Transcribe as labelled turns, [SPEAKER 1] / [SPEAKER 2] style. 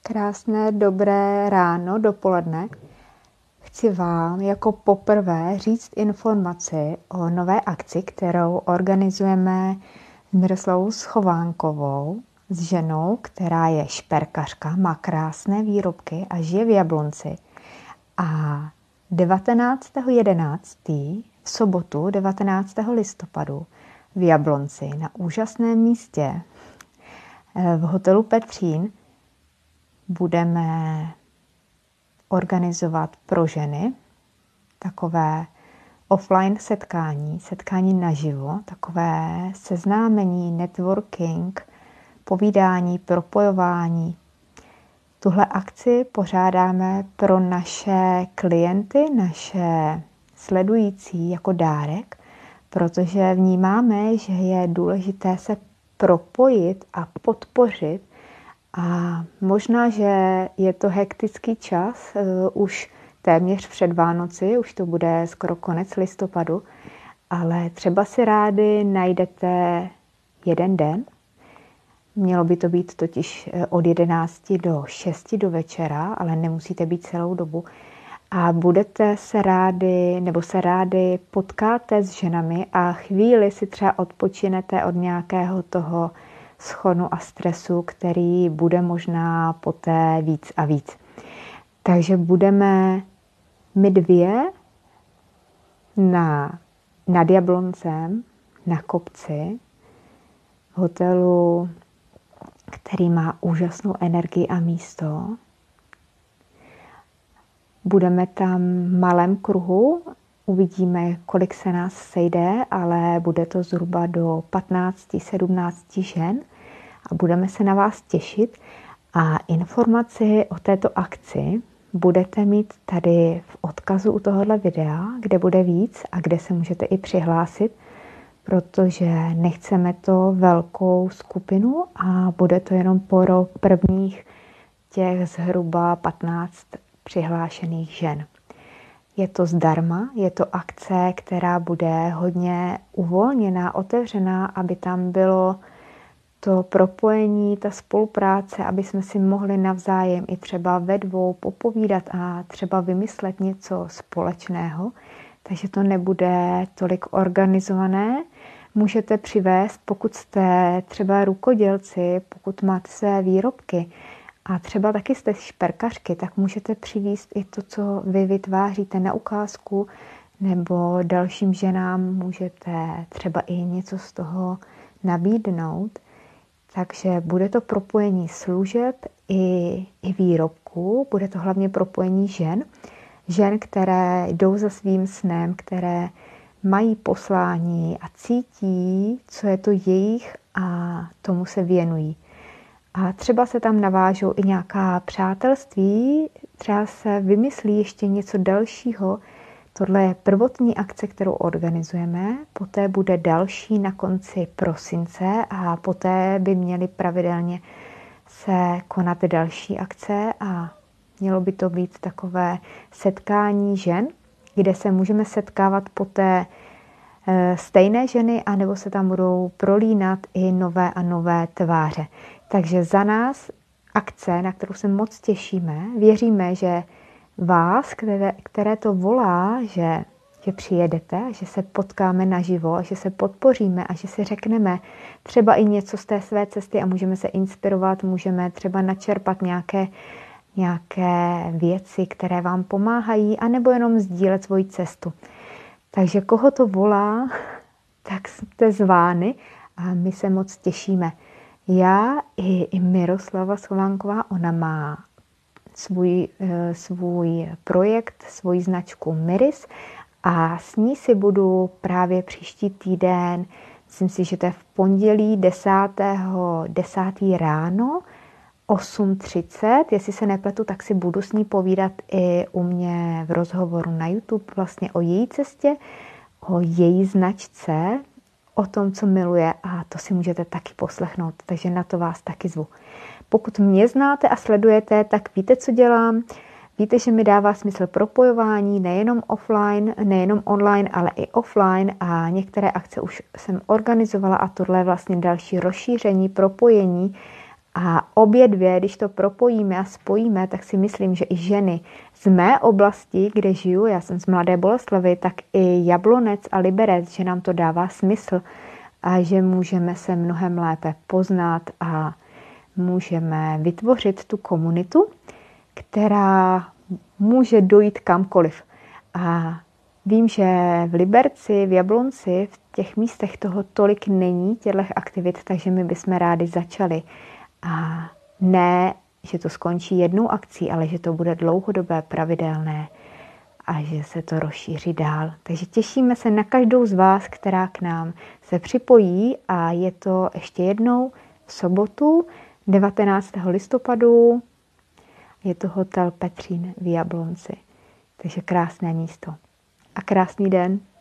[SPEAKER 1] Krásné, dobré ráno, dopoledne. Chci vám jako poprvé říct informaci o nové akci, kterou organizujeme s Miroslavou Schovánkovou, s ženou, která je šperkařka, má krásné výrobky a žije v Jablonci. A 19.11. v sobotu 19. listopadu v Jablonci na úžasném místě v hotelu Petřín budeme organizovat pro ženy takové offline setkání naživo, takové seznámení, networking, povídání, propojování. Tuhle akci pořádáme pro naše klienty, naše sledující jako dárek, protože vnímáme, že je důležité se propojit a podpořit. A možná, že je to hektický čas, už téměř před Vánoci, už to bude skoro konec listopadu, ale třeba si rádi najdete jeden den. Mělo by to být totiž od 11 do 6 do večera, ale nemusíte být celou dobu. A budete se rádi potkáte s ženami a chvíli si třeba odpočinete od nějakého toho schonu a stresu, který bude možná poté víc a víc. Takže budeme my dvě nad Jabloncem na kopci v hotelu, který má úžasnou energii a místo. Budeme tam v malém kruhu, uvidíme, kolik se nás sejde, ale bude to zhruba do 15-17 žen a budeme se na vás těšit. A informaci o této akci budete mít tady v odkazu u tohohle videa, kde bude víc a kde se můžete i přihlásit, protože nechceme to velkou skupinu a bude to jenom pro prvních těch zhruba 15 přihlášených žen. Je to zdarma, je to akce, která bude hodně uvolněná, otevřená, aby tam bylo to propojení, ta spolupráce, aby jsme si mohli navzájem i třeba ve dvou popovídat a třeba vymyslet něco společného. Takže to nebude tolik organizované. Můžete přivést, pokud jste třeba rukodělci, pokud máte své výrobky, a třeba taky jste šperkařky, tak můžete přivést i to, co vy vytváříte na ukázku, nebo dalším ženám můžete třeba i něco z toho nabídnout. Takže bude to propojení služeb i výrobků, bude to hlavně propojení žen, které jdou za svým snem, které mají poslání a cítí, co je to jejich a tomu se věnují. A třeba se tam navážou i nějaká přátelství, třeba se vymyslí ještě něco dalšího. Tohle je prvotní akce, kterou organizujeme, poté bude další na konci prosince a poté by měly pravidelně se konat další akce a mělo by to být takové setkání žen, kde se můžeme setkávat poté stejné ženy, anebo se tam budou prolínat i nové a nové tváře. Takže za nás akce, na kterou se moc těšíme, věříme, že vás, které to volá, že přijedete, že se potkáme naživo a že se podpoříme a že si řekneme třeba i něco z té své cesty a můžeme se inspirovat, můžeme třeba načerpat nějaké věci, které vám pomáhají, anebo jenom sdílet svoji cestu. Takže koho to volá, tak jste zvány a my se moc těšíme. Já i Miroslava Schovánková, ona má svůj projekt, svoji značku Miris a s ní si budu právě příští týden, myslím si, že to je v pondělí 10. ráno, 8:30, jestli se nepletu, tak si budu s ní povídat i u mě v rozhovoru na YouTube vlastně o její cestě, o její značce, o tom, co miluje a to si můžete taky poslechnout, takže na to vás taky zvu. Pokud mě znáte a sledujete, tak víte, co dělám. Víte, že mi dává smysl propojování nejenom offline, nejenom online, ale i offline a některé akce už jsem organizovala a tohle je vlastně další rozšíření, propojení A obě dvě, když to propojíme a spojíme, tak si myslím, že i ženy z mé oblasti, kde žiju, já jsem z Mladé Boleslavi, tak i Jablonec a Liberec, že nám to dává smysl a že můžeme se mnohem lépe poznat a můžeme vytvořit tu komunitu, která může dojít kamkoliv. A vím, že v Liberci, v Jablonci, v těch místech toho tolik není, těchto aktivit, takže my bychom rádi začali. A ne, že to skončí jednou akcí, ale že to bude dlouhodobé, pravidelné a že se to rozšíří dál. Takže těšíme se na každou z vás, která k nám se připojí a je to ještě jednou v sobotu 19. listopadu. Je to hotel Petřín v Jablonci. Takže krásné místo. A krásný den.